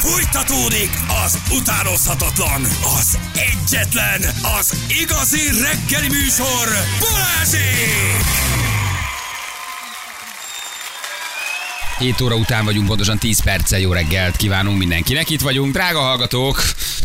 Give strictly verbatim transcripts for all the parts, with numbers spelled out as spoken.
Fújtatódik az utánozhatatlan, az egyetlen, az igazi reggeli műsor, Balázsék! hét óra után vagyunk, pontosan tíz perccel. Jó reggelt kívánunk mindenkinek. Itt vagyunk, drága hallgatók,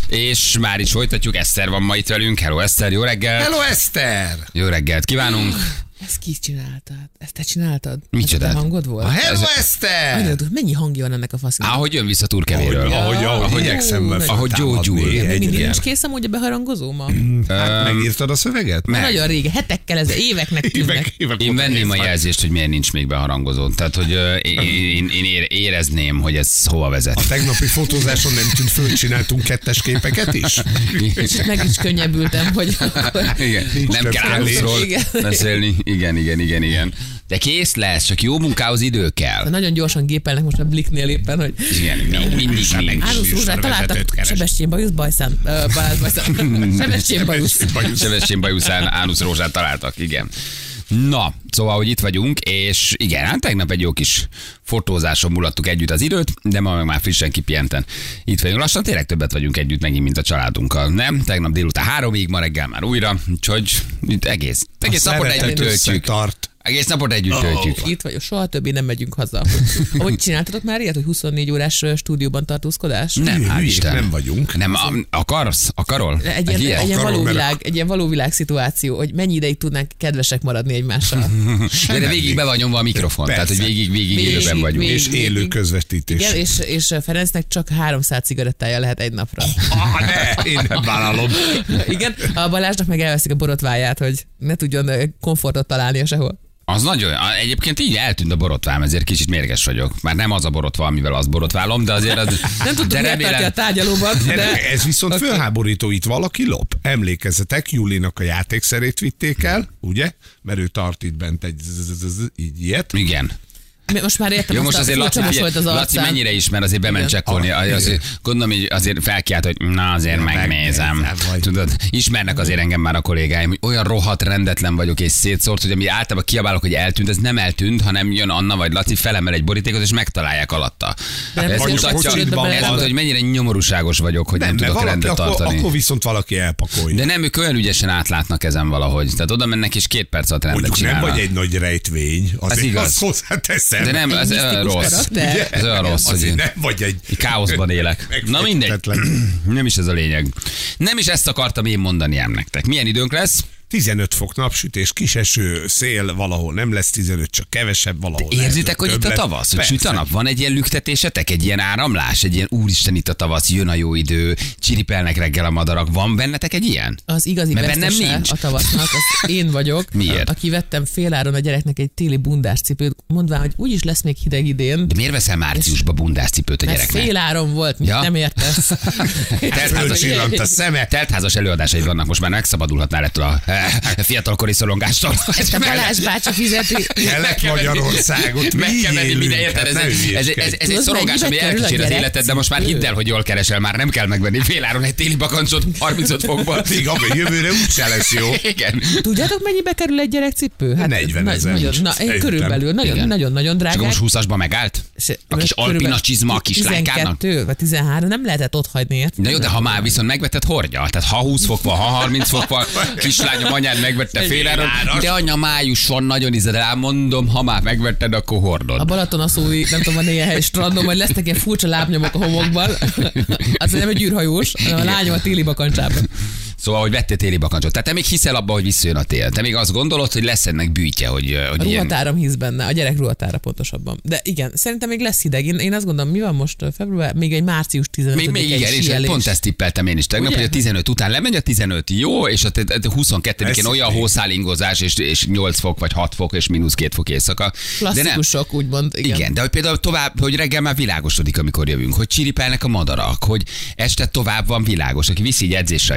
és már is folytatjuk. Eszter van ma itt velünk. Hello Eszter, jó reggelt. Hello Eszter! Jó reggelt kívánunk. Ezt ki csináltad? Ezt te csináltad? Micsoda? Ez a hangod volt? A Hello Ez- Eszter! Annyira, mennyi hangja van ennek a faszinak? Ahogy jön vissza Turkevéről. Ahogy, ahogy, ahogy igyekszem be ahogy feltámadni gyógyul. egy Mindig ilyen. nincs kész amúgy a beharangozó ma? Hát megírtad a szöveget? Meg. Nagyon régen, hetekkel ez, éveknek tűnnek. Évek, évek Én óta venném a nézd. jelzést, hogy miért nincs még beharangozó. Tehát, hogy ö, én, én, én ér- érezném, hogy ez hova vezet. A tegnapi fotózáson nem tűnt föl, csináltunk kettes képeket is? Kicsit meg is könnyebbültem, hogy Igen. Nem több kell kellés. áruszról Igen. beszélni. Igen, igen, igen, igen. De kész lesz, csak jó munkához idő kell. nagyon gyorsan gépelnek most a Bliknél éppen, hogy Igen, még mindig nincs. Árusz Rózsát találtak, Sebestyén Bajusz Bajszán, ö, Balázs Bajszán, Sebestyén Bajusz. Sebestyén Bajuszán ánusz rózsát találtak, igen. Na, szóval, hogy itt vagyunk, és igen, hát tegnap egy jó kis fotózáson mulattuk együtt az időt, de ma meg már frissen kipihenten. Itt vagyunk, lassan tényleg többet vagyunk együtt megint, mint a családunkkal, nem? Tegnap délután háromig, ma reggel már újra, úgyhogy itt egész, egész napot együtt töltjük. Összetart. Egész napot együtt töltjük. Itt vagyok, soha többé nem megyünk haza. Ahogy csináltatok már ilyet, hogy huszonnégy órás stúdióban tartózkodás? Nem, hál' Hülyék, Isten. nem vagyunk. Nem, a, akarsz? Akarol? Egy ilyen, Ilyen? egy, ilyen Akarom, való mert- világ, egy ilyen való világ szituáció, hogy mennyi ideig tudnánk kedvesek maradni egymással. De, de végig be van nyomva a mikrofon, tehát hogy Persze. végig, végig Végig, élőben vagyunk. végig. És élő közvetítés. Igen, és, és Ferencnek csak háromszáz cigarettája lehet egy napra. Ah, ne, én nem vállalom. Igen, a Balázsnak meg elveszik a borotváját, hogy ne tudjon ö, komfortot találnia sehol. Az nagyon, egyébként így eltűnt a borotvám, ezért kicsit mérges vagyok. Már nem az a borotva, amivel azt borotválom, de azért az... Nem tudtuk, de miért tartja a tárgyalóban, De de... ez viszont fölháborító, itt valaki lop. Emlékezzetek, Julinak a játékszerét vitték el, ugye? Mert ő tart itt bent egy zzz, így ilyet. Igen. Most már értem, Jó, most azt a azért furcsa Laci, mosolyt az Laci arcán. mennyire ismer, azért bement Igen. csekkolni. Azért, gondolom, hogy azért felkiált, hogy na azért Ja, megnézem. megnézem, vagy. Tudod, ismernek azért engem már a kollégáim, hogy olyan rohadt rendetlen vagyok és szétszórt, hogy ami általában kiabálok, hogy eltűnt, ez nem eltűnt, hanem jön Anna vagy Laci, felemel egy borítékot és megtalálják alatta. De nem Ez vagyok mutatja, kocsidba ez bele- mutatja, hogy mennyire nyomorúságos vagyok, hogy nem, mert tudok valaki, rendet akkor, tartani. akkor viszont valaki elpakolja. De nem, ők olyan ügyesen átlátnak ezen valahogy. Tehát oda mennek és két perc alatt rendet Mondjuk nem csinálnak. vagy egy nagy rejtvény, azért igaz. azt hozzáteszem. De nem, ez Egy olyan misztikus rossz. karakter. Ugye? Ez olyan rossz, hogy Azért én- nem vagy egy... Káoszban élek. Na mindegy. Megfejthetetlen. Nem is ez a lényeg. Nem is ezt akartam én mondani ám nektek. Milyen időnk lesz? tizenöt fok napsütés, kiseső, szél, valahol nem lesz tizenöt, csak kevesebb, valahol lehet, Érzitek, hogy több itt a lesz. tavasz? Hogy Persze. süt a nap? Van egy ilyen lüktetésetek? Egy ilyen áramlás? Egy ilyen úristen itt a tavasz, jön a jó idő, csiripelnek reggel a madarak. Van bennetek egy ilyen? Az igazi Mert bennem vesztese nincs. a tavasznak, az én vagyok. Miért? Aki vettem féláron a gyereknek egy téli bundás cipőt, mondván, hogy úgyis lesz még hideg idén. De miért veszel márciusba bundás cipőt a Mert gyereknek? féláron volt, mit Ja. nem értesz. Teltházas, Fölcsillant a szeme. teltházas előadásaid vannak, most már megszabadulhatnál ettől a eh, fiatalkori szorongástól. A Balázs bácsi fizeti. Kelet-Magyarországot mi Meg kell menni élünk, minden, érted? hát Ez, ne ez, ez, hülyeskedj. ez, ez egy Tudod, szorongás, ami mennyibe kerül a elkísér az gyerek életed, de most már cipő? hidd el, hogy jól keresel, már nem kell megvenni féláron egy téli bakancsot harmincöt fokban. Még abban jövőre úgyse lesz jó. Igen. Tudjátok, mennyibe kerül egy gyerekcipő? negyven ezer. Nagyon, na, Szerintem. körülbelül, nagyon, Igen. nagyon, nagyon Csak drágák. most húszasban megállt? Se- A kis körülbelül alpina csizma a kis lánykának? tizenkettő vagy tizenhárom, nem lehetett ott hagyni, érted? Na jó, de ha már viszont megvetted, hordja. Tehát ha húsz fok van, ha harminc fok van, kislányom anyád megvette féláron, de anya májuson nagyon izad el, mondom, ha már megvetted, akkor hordod. A Balatonaszói, nem tudom, a néhány hely strandon, majd lesznek ilyen furcsa lábnyomok a homokban. Azért nem egy űrhajós, hanem a lányom a téli bakancsában. Szóval, hogy vettél téli bakancsot. Tehát te még hiszel abba, hogy visszajön a tél. Te még azt gondolod, hogy lesz ennek bűtje, hogy, A hogy ilyen... ruhatáram hisz benne, a gyerek ruhatára pontosabban. De igen, szerintem még lesz hideg. Én, én azt gondolom, mi van most február, még egy március tizenötödike. Még, még igen, és síelés. pont ezt tippeltem én is tegnap, Ugye? hogy a tizenöt után lemegy a tizenöt, jó, és a huszonkettedikén Ez olyan még. hószálingozás, és, és nyolc fok, vagy hat fok, és mínusz két fok éjszaka. De nem. Klasszikusok, úgymond. Igen. Igen, de hogy például tovább, hogy reggel már világosodik, amikor jövünk, hogy csiripelnek a madarak, hogy este tovább van világos, aki viszi egy edzésre a gyerekét,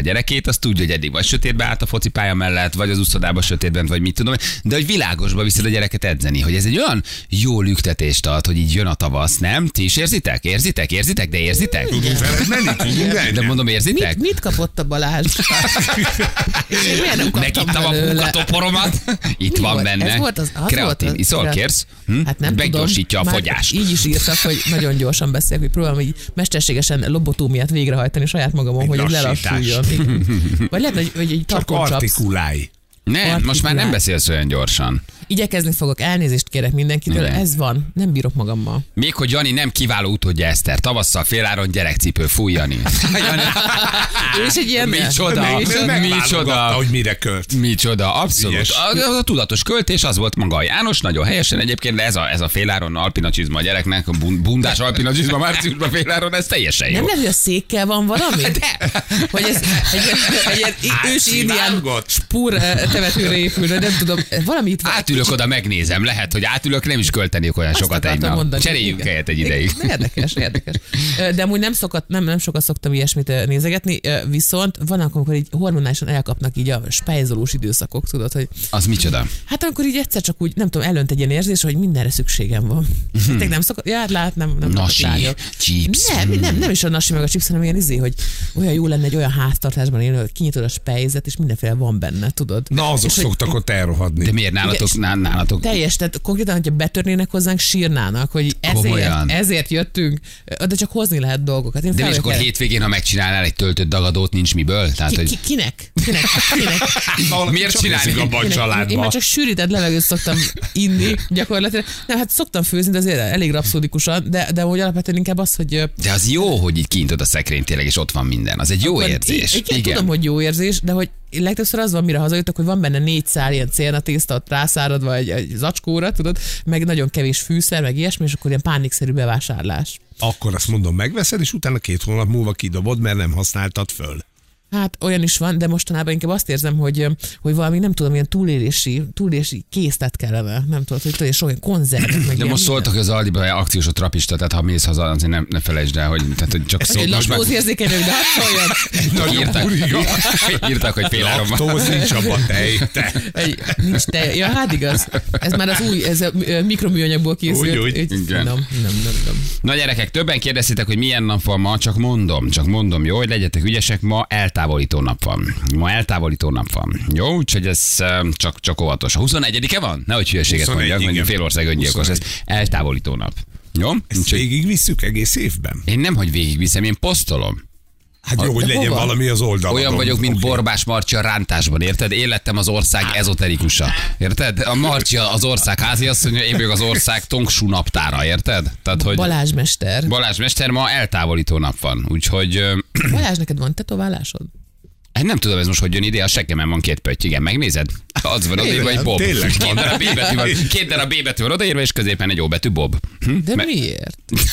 azt tudja, hogy eddig vagy sötétbe állt a focipálya mellett, vagy az uszodába sötétben, vagy mit tudom, de hogy világosba viszed a gyereket edzeni, hogy ez egy olyan jó lüktetést ad, hogy így jön a tavasz, nem? Ti is érzitek? Érzitek? Érzitek? De érzitek? Tudunk veled menni, tudunk menni. De mondom, érzitek? Mit, mit kapott a Balázs? Én miért nem kaptam Megittam a belőle? munkatoporomat. Itt Mi van volt? benne. Ez volt az- az Kreatin. volt az- Iszol, Kreatin. kérsz? Hm? Hát nem Meggyorsítja tudom. a Már fogyást. Így is írtak, hogy nagyon gyorsan beszélek, hogy próbálom így mesterségesen lobotómiát végrehajtani saját magamon, Egy hogy ez lassítás. lelassuljon. Igen. Vagy lehet, hogy, hogy egy Csak tarkon csapsz. artikulálj. Nem, most már nem Artikulál. beszélsz olyan gyorsan. Igyekezni fogok, elnézést kérek mindenkitől, Nem. ez van, nem bírok magammal. Még hogy Jani nem kiváló utódja Eszter. Tavasszal féláron gyerekcipő, fúj Jani. Ő is egy ilyen... Micsoda, Meg- micsoda, megválogatta, hogy mire költ. Micsoda, abszolút. Ügyes. A, a tudatos költés az volt maga a János, nagyon helyesen egyébként, de ez a, ez a féláron alpinacsizma a gyereknek, a bun- bundás alpinacsizma márciusban féláron, ez teljesen jó. Nem lehet, hogy a székkel van valami? De. Hogy ez egy, egy, egy ilyen ősi indián Átszivárgott. spúr eh, temetőre épül, de nem tudom, valami itt van. Átülök oda, megnézem. Lehet, hogy átülök, nem is költenék olyan Azt sokat egy akartam nap. mondani. Cseréljünk Igen. helyet egy ideig. Igen, Érdekes, érdekes. Ö, De amúgy nem, szokat, nem, nem sokat szoktam ilyesmit ö, nézegetni, ö, viszont van, amikor így hormonálisan elkapnak így a spejzolós időszakok, tudod, hogy Az micsoda? hát amikor így egyszer csak úgy, nem tudom, elönt egy ilyen érzés, hogy mindenre szükségem van. Hmm. Nem szokott, ja, hát lát, nem, nem Nasi, lányok. chips. Nem, nem, nem is a nasi meg a chips, hanem ilyen izé, hogy olyan jó lenne egy olyan háztartásban élni, hogy kinyitod a spejzet, és mindenféle van benne, tudod. Na, azok És hogy szoktak ott elrohadni. De miért nálatok? Igen, ná- nálatok? Teljes, tehát konkrétan, hogyha betörnének hozzánk, sírnának, hogy Komolyan? ezért, ezért jöttünk, de csak hozni lehet dolgokat. Én De fel és vagyok akkor erre. hétvégén, ha megcsinálnál egy töltött dagadót, nincs miből? Tehát, Ki, hogy ki, kinek? Kinek? Kinek? Valaki Miért csak csinálni eszik abban a Kinek? Én családban? már csak sűrített levegőt szoktam inni gyakorlatilag. Nem, hát szoktam főzni, de azért elég rapszódikusan, de, de úgy alapvetően inkább az, hogy ö, De az jó, hogy így kinyitod a szekrényt tényleg, és ott van minden. Az egy jó akkor érzés. I- igen, tudom, hogy jó érzés, de hogy legtöbbször az van, mire hazajutok, hogy van benne négy szál ilyen célnatészta ott rászáradva egy, egy zacskóra, tudod, meg nagyon kevés fűszer, meg ilyesmi, és akkor ilyen pánikszerű bevásárlás. Akkor azt mondom, megveszed, és utána két hónap múlva kidobod, mert nem használtad föl. Hát olyan is van, de mostanában inkább azt érzem, hogy, hogy valami nem tudom, ilyen túlélési, túlélési készlet kellene. Nem tudom, hogy tudod, sok olyan konzerv. Meg De ilyen most szóltak, hogy az Aldiba akciós a trapista, tehát ha mész haza, azért nem, ne felejtsd el, hogy, tehát, hogy csak Egy szól, most már laktózérzékenyek, de hát szóljon. Nagyon írtak, buriga. írtak, hogy fél áron van. Laktóz nincs abban tej. Te. Egy, nincs te. Ja, hát igaz. Ez már az új, ez a ö, mikroműanyagból készült. Úgy, úgy. Úgy, Igen. Nem, nem, nem, nem. Na gyerekek, többen kérdeztétek, hogy milyen nap van ma, csak mondom, csak mondom, jó, hogy legyetek ügyesek, ma eltávolító nap van. Ma eltávolító nap van. Jó, úgyhogy ez eh, csak, csak óvatos. A huszonegyedike van? Nehogy hülyeséget huszonegy, mondjak, mondjuk igen. fél ország öngyilkos, ez eltávolító nap. Jó? Ezt Úgyhogy végigvisszük egész évben? én nem, hogy végigviszem, én posztolom. Hát jó, hogy De legyen hova? valami az oldalon. Olyan vagyok, mint Oké. Borbás Marcsi a rántásban, érted? Én lettem az ország ezoterikusa, érted? A Marcsi az ország háziasszonya, én vagyok az ország tongsú naptára, érted? Tehát, hogy Balázs mester. Balázs mester, ma eltávolító nap van, úgyhogy ö, Balázs, neked van tetoválásod? hát nem tudom, ez most hogy jön ide, a seggemen van két pötty, igen, megnézed? Az van odaírva, vagy Bob. Tényleg van. Két darab B betű van, két darab B betű van odaírva, és középen egy O betű Bob. Hm? De Me- miért?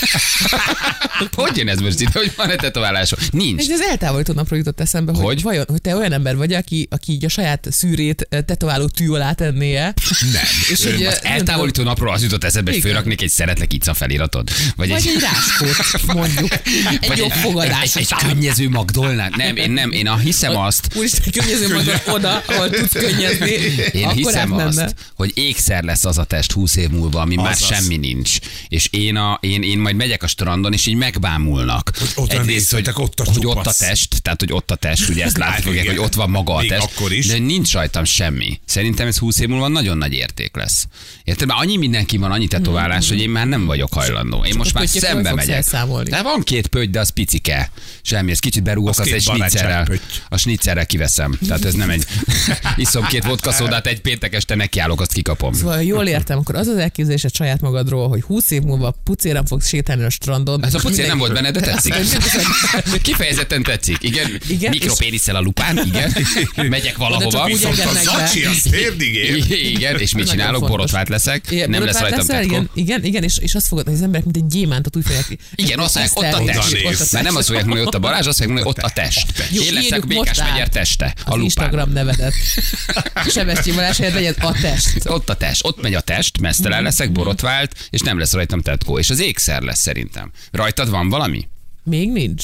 Hogy jön ez most itt, hogy van-e tetoválásod? Nincs. És az eltávolító napról jutott eszembe, hogy, Hogy? vajon, hogy te olyan ember vagy, aki, aki így a saját szűrét eh, tetováló tű alá tennie. Nem. És hogy, eh, Az nem eltávolító napról az jutott eszembe, hogy Igen. fölraknék egy szeretlek ica feliratot. Vagy, Vagy egy ráskót, mondjuk. Egy vagy jobb fogadás. Egy, egy könnyező Magdolnát. Nem, én nem, én a hiszem azt, Úristen, könnyező magad oda, ahol tudsz könnyezni. Én akkor hiszem átmenne. azt, hogy ékszer lesz az a test húsz év múlva, ami már Azaz. semmi nincs. És én, a, én, én majd megyek a strandon, és így megbámulnak. oda Egyrészt, nézzetek, ott a hogy ott a csupasz. test, tehát hogy ott a test, ugye ezt látni Hát fogják, igen. hogy ott van maga a Még test. akkor is. De nincs rajtam semmi. Szerintem ez húsz év múlva nagyon nagy érték lesz. Érted? Már annyi mindenki van, annyi tetoválás, hogy én már nem vagyok hajlandó. Én most a már pöttyökről szembe fogsz megyek. elszámolni. De van két pötty, de az picike. Semmi, ez kicsit berúgok, Az azt két egy snitzerrel. barátságpötty. A snitzerrel kiveszem. Tehát ez nem egy... Iszom két vodka szódát, egy péntek este nekiállok, azt kikapom. Szóval jól értem, akkor az az elképzelésed saját magadról, hogy húsz év múlva pucéran fogsz sétálni a strandon. Ez a pucér nem volt benne, de tetszik. Kifejezetten tetszik. Igen, Igen, mikropénisszel a lupán, igen. Megyek valahova. csak úgy Viszont a engednek be. zacsi, az térdig ér. Igen, és mit Nagyon csinálok? fontos. Borotvát leszek. Igen, Nem lesz borotvát rajtam leszel, tetkó. igen, igen, igen, és, és azt fogod, hogy az emberek, mint egy gyémántot úgy fogják. Igen, azt mondják, ott a Eszter, test. Oda néz. ott a Már nem azt mondják, hogy ott a Balázs, azt mondják, hogy ott a test. Jó, Én leszek írjuk Békás most megyer át teste. A az lupán. Instagram nevedet. Sebestyén Balázs helyett legyen a test. Ott a test, ott megy a test, mesztelen leszek, borotvált, és nem lesz rajtam tetkó. És az ékszer lesz szerintem. Rajtad van valami? Még nincs.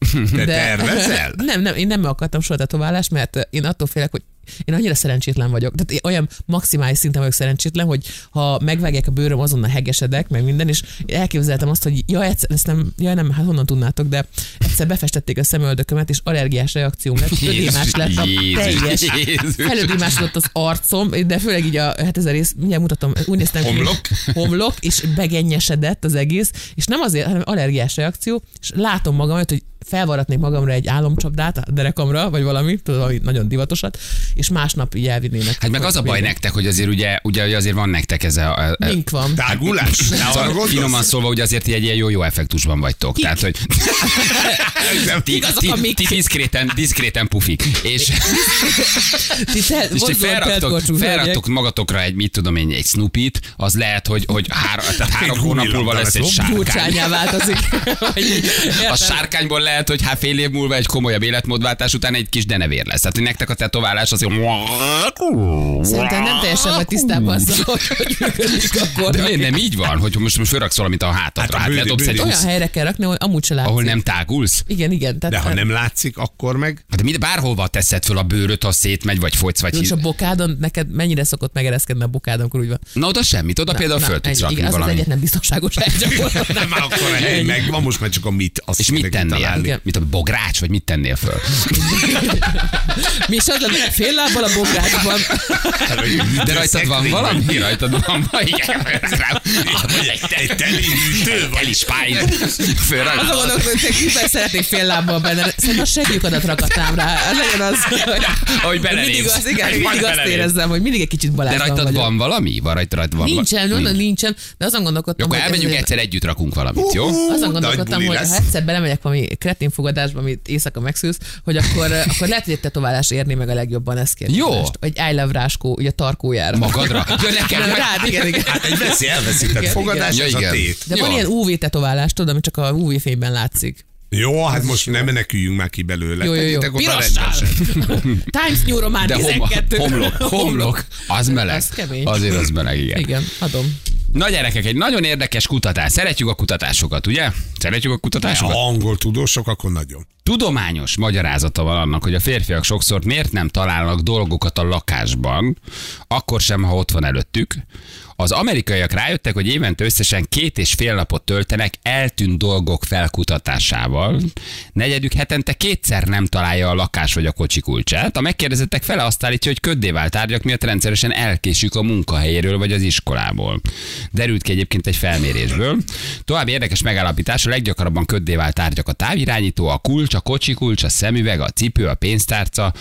De, De- tervezel? Nem, nem, én nem akartam soha tetoválást, mert én attól félek, hogy én annyira szerencsétlen vagyok. Tehát én olyan maximális szinten vagyok szerencsétlen, hogy ha megvágják a bőröm, azonnal hegesedek, meg minden, és elképzeltem azt, hogy ja, egyszer, ezt nem, ja, nem, hát honnan tudnátok, de egyszer befestették a szemöldökömet, és allergiás reakcióm lett, ödémás lett a teljes. Felödémásodott az arcom, de főleg így a, hát ez a rész, mindjárt mutatom, úgy néztem, Homlok? homlok, és begennyesedett az egész, és nem azért, hanem allergiás reakció, és látom magamat, hogy felvarratnék magamra egy álomcsapdát a derekamra, vagy valami, tudom, valami nagyon divatosat, és másnap így elvinnének. Hát meg az a baj nektek, hogy azért ugye, ugye hogy azért van nektek ez a... a Mink van. Tágulás? Szóval finoman szólva, hogy azért egy ilyen jó-jó effektusban vagytok. Tehát, hogy ti, Igazak a ti, mik. ti diszkréten, diszkréten pufik. És, Ti te, és ti felraktok, felraktok magatokra egy, mit tudom én, egy Snoopy-t, az lehet, hogy, hogy három, tehát három hónap múlva lesz egy sárkány. Gyurcsányá változik. A sárkányból lehet, hogy hát fél év múlva egy komolyabb életmódváltás után egy kis denevér lesz. Tehát, hogy nektek a tetoválás az, hogy... Szerintem nem teljesen vagy tisztában azzal, hogy hogy működik akkor. De miért nem így van, hogy most, most fölraksz valamit a hátadra, Hát hát, a hát bőri- ledobsz egy, bőri- Olyan helyre kell rakni, ahol amúgy se látszik. ahol nem tágulsz. Igen, igen. Tehát De ha nem látszik, akkor meg... Hát de bárhova teszed föl a bőröt, ha szétmegy, vagy fogysz, vagy és a híz. bokádon, neked mennyire szokott megereszkedni a bokádon, amikor úgy van? Na oda semmit, oda például föl tudsz ennyi, rakni igen, az az valami. egyetlen biztonságos hely gyakorlatilag. Nem, már akkor a hely megvan, most már csak a mit. Azt És mit kéne tennél? kitalálni. Igen. Mit a bogrács, vagy mit tennél föl? Mi is az lenne, fél lábbal a bokrácsban. De rajtad van valami? Rajtad van valami? Igen, ez rá- Egy teli hűtő vagy. Teli spájn. Föl Azon gondolok, hogy kiben szeretnék fél lábbal benne. Szerintem a segítőkadat rakatnám rá. Ez legyen az, hogy Ahogy mindig belelépsz. az, igen, Majd mindig azt belelépsz. érezzem, hogy mindig egy kicsit De balázsban rajtad vagyok. van valami? Van rajtad, rajtad van Nincsen, valami? mondom, nincsen, de azon gondolkodtam, Akkor hogy elmegyünk ez- egyszer együtt rakunk valamit, jó? Azon Nagy gondolkodtam, buli hogy lesz. ha egyszer belemegyek valami kretén fogadásba, amit éjszaka megszűz, hogy akkor, akkor lehet, hogy egy tetoválás érni meg a legjobban ezt kérdést. Jó. Vagy I love Ráskó, ugye a tarkójára. Magadra? Ja, nekem. Nem, rád, igen, igen. Hát egy veszi elveszített Igen, fogadás, igen. ez Ja, a igen. tét. De van Jó. ilyen ú vé tetoválás, tudod, ami csak a ú vé fényben látszik. Jó, hát most nem meneküljünk már ki belőle. Jó, jó, jó. Tegyetek oda Pirossal! rendesen. Times New Roman De hom- tizenkettő. homlok, homlok. Az meleg. Az kemény. Azért az meleg, igen. Igen, adom. Na gyerekek, egy nagyon érdekes kutatás. Szeretjük a kutatásokat, ugye? Szeretjük a Ha kutatásokat? angol tudósok, akkor nagyon. Tudományos magyarázata van annak, hogy a férfiak sokszor miért nem találnak dolgokat a lakásban, akkor sem, ha ott van előttük. Az amerikaiak rájöttek, hogy évente összesen két és fél napot töltenek eltűnt dolgok felkutatásával. Negyedük hetente kétszer nem találja a lakás vagy a kocsi kulcsát. A megkérdezettek fele azt állítja, hogy köddé vált tárgyak miatt rendszeresen elkésik a munkahelyéről vagy az iskolából. Derült ki egyébként egy felmérésből. További érdekes megállapítás, a leggyakrabban köddé vált tárgyak a távirányító, a kulcs, a kocsi kulcs, a szemüveg, a cipő, a pénztárca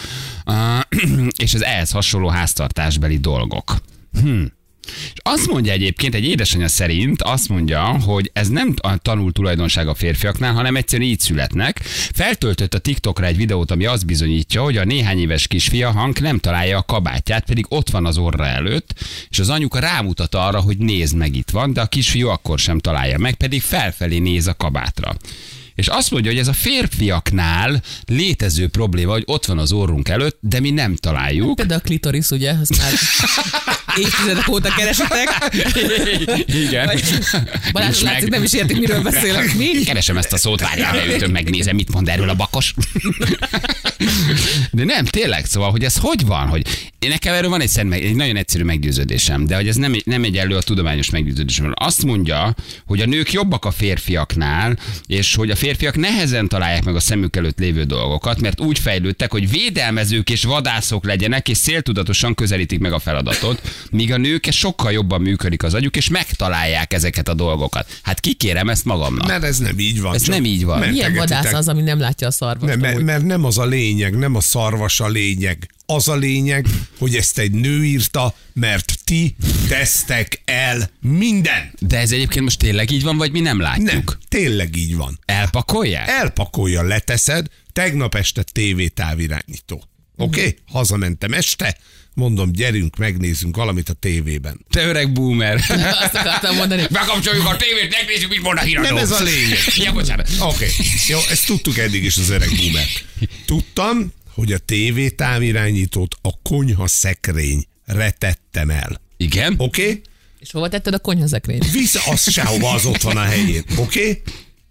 és az ehhez hasonló háztartásbeli dolgok. Hm. És azt mondja egyébként, egy édesanyja szerint azt mondja, hogy ez nem a tanult tulajdonság a férfiaknál, hanem egyszerűen így születnek. Feltöltött a TikTokra egy videót, ami azt bizonyítja, hogy a néhány éves kisfia Hank nem találja a kabátját, pedig ott van az orra előtt, és az anyuka rámutat arra, hogy nézd meg, itt van, de a kisfiú akkor sem találja meg, pedig felfelé néz a kabátra. És azt mondja, hogy ez a férfiaknál létező probléma, hogy ott van az orrunk előtt, de mi nem találjuk. Például a klitoris, ugye, azt már évtizedek óta keresitek. Igen. Balázs Nincs látszik, meg. nem is értik, miről beszélek. Mi? Keresem ezt a szót, várjál, leütöm, megnézem, mit mond erről a bakos. De nem, tényleg, szóval, hogy ez hogy van, hogy én nekem erről van egy, szent, meg- egy nagyon egyszerű meggyőződésem, de hogy ez nem, nem egy elő a tudományos meggyőződésem. Azt mondja, hogy a nők jobbak a férfiaknál, és hogy a férfiak nehezen találják meg a szemük előtt lévő dolgokat, mert úgy fejlődtek, hogy védelmezők és vadászok legyenek, és céltudatosan közelítik meg a feladatot, míg a nők sokkal jobban működik az agyuk, és megtalálják ezeket a dolgokat. Hát kikérem ezt magamnak. Mert ez nem így van. Ez csak nem így van. mentegetitek. Milyen vadász az, ami nem látja a szarvast? Nem, mert, amúgy? mert nem az a lényeg, nem a szarvas a lényeg. Az a lényeg, hogy ezt egy nő írta, mert ti tesztek el minden. De ez egyébként most tényleg így van, vagy mi nem látjuk? Nem, tényleg így van. Elpakolják? Elpakolja, leteszed, tegnap este tévétávirányító. Oké? Okay? Hazamentem este, mondom, gyerünk, megnézzünk valamit a tévében. Te öreg boomer. Azt akartam mondani. Bekapcsoljuk a tévét, megnézzük, mit mond a híradó. Nem ez a lényeg. Ja, bocsánat. Oké, okay. Jó, ezt tudtuk eddig is az öreg boomer. Tudtam, hogy a tévétávirányítót a konyha szekrényre tettem el. Igen? Oké? Okay? És hova tetted a konyhaszekrényt? Vissza az sehova, az ott van a helyén. Oké? Okay?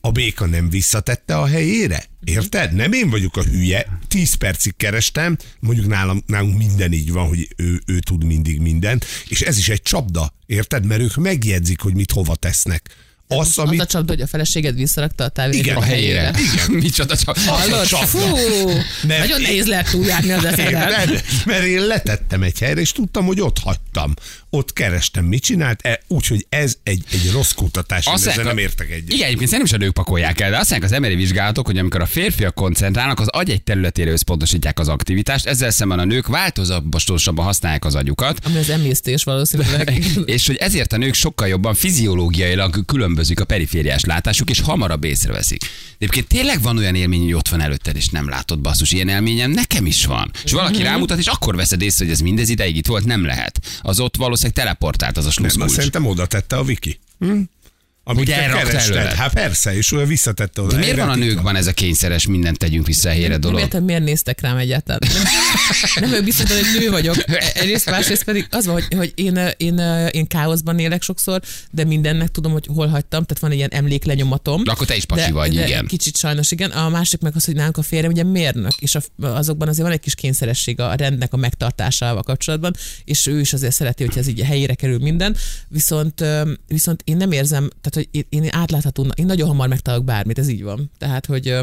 A béka nem visszatette a helyére? Érted? Nem én vagyok a hülye. Tíz percig kerestem, mondjuk nálam, nálunk minden így van, hogy ő, ő tud mindig mindent, és ez is egy csapda, érted? Mert ők megjegyzik, hogy mit hova tesznek. Az, amit... az a csapda, hogy a feleséged visszarakta a távirányítót A helyére. Igen. Micsoda csapda. Hallod? Fú, Mert nagyon én- nehéz lehet túljárni az eszedet. Érted? Mert én letettem egy helyre, és tudtam, hogy ott hagytam. Ott kerestem, mit csinált, e, úgyhogy ez egy, egy rossz kutatás, én ezzel nem értek egyet. Igen, egyébként szerintem is a nők pakolják el, de azt mondják az em er i vizsgálatok, hogy amikor a férfiak koncentrálnak, az agy egy területére összpontosítják az aktivitást, ezzel szemben a nők változatosabban használják az agyukat. Ami az emésztés valószínűleg. És hogy ezért a nők sokkal jobban fiziológiailag különbözik a perifériás látásuk, és hamarabb észreveszik. Egyébként tényleg van olyan élmény, hogy ott van előtted, és nem látod, basszus, ilyen élményem nekem is van. És valaki rámutat, és akkor veszed észre, hogy ez mindez ideig itt volt, nem lehet. Az ott valószínűleg teleportált az a Nem, sluszkulcs. azt szerintem oda tette a Viki. Hm? Amit Ugye te elrakta kerested. előled. Hát persze, és olyan visszatette oda. De miért van a nőkben ez a kényszeres, mindent tegyünk vissza a helyére Nem dolog? értem, miért néztek rám egyáltalán. Nem, nem vagyok biztos, hogy nő vagyok. Egyrészt, másrészt pedig az van, hogy, hogy én, én, én káoszban élek sokszor, de mindennek tudom, hogy hol hagytam, tehát van egy ilyen emléklenyomatom. De akkor te is pasi de, vagy, de igen. Kicsit sajnos igen. A másik meg az, hogy nálunk a férjem ugye mérnök, és a, azokban azért van egy kis kényszeresség a rendnek a megtartásával kapcsolatban, és ő is azért szereti, hogy ez így helyére kerül minden. Viszont, viszont én nem érzem, tehát hogy én átlátható, én nagyon hamar megtalálok bármit, ez így van. Tehát, hogy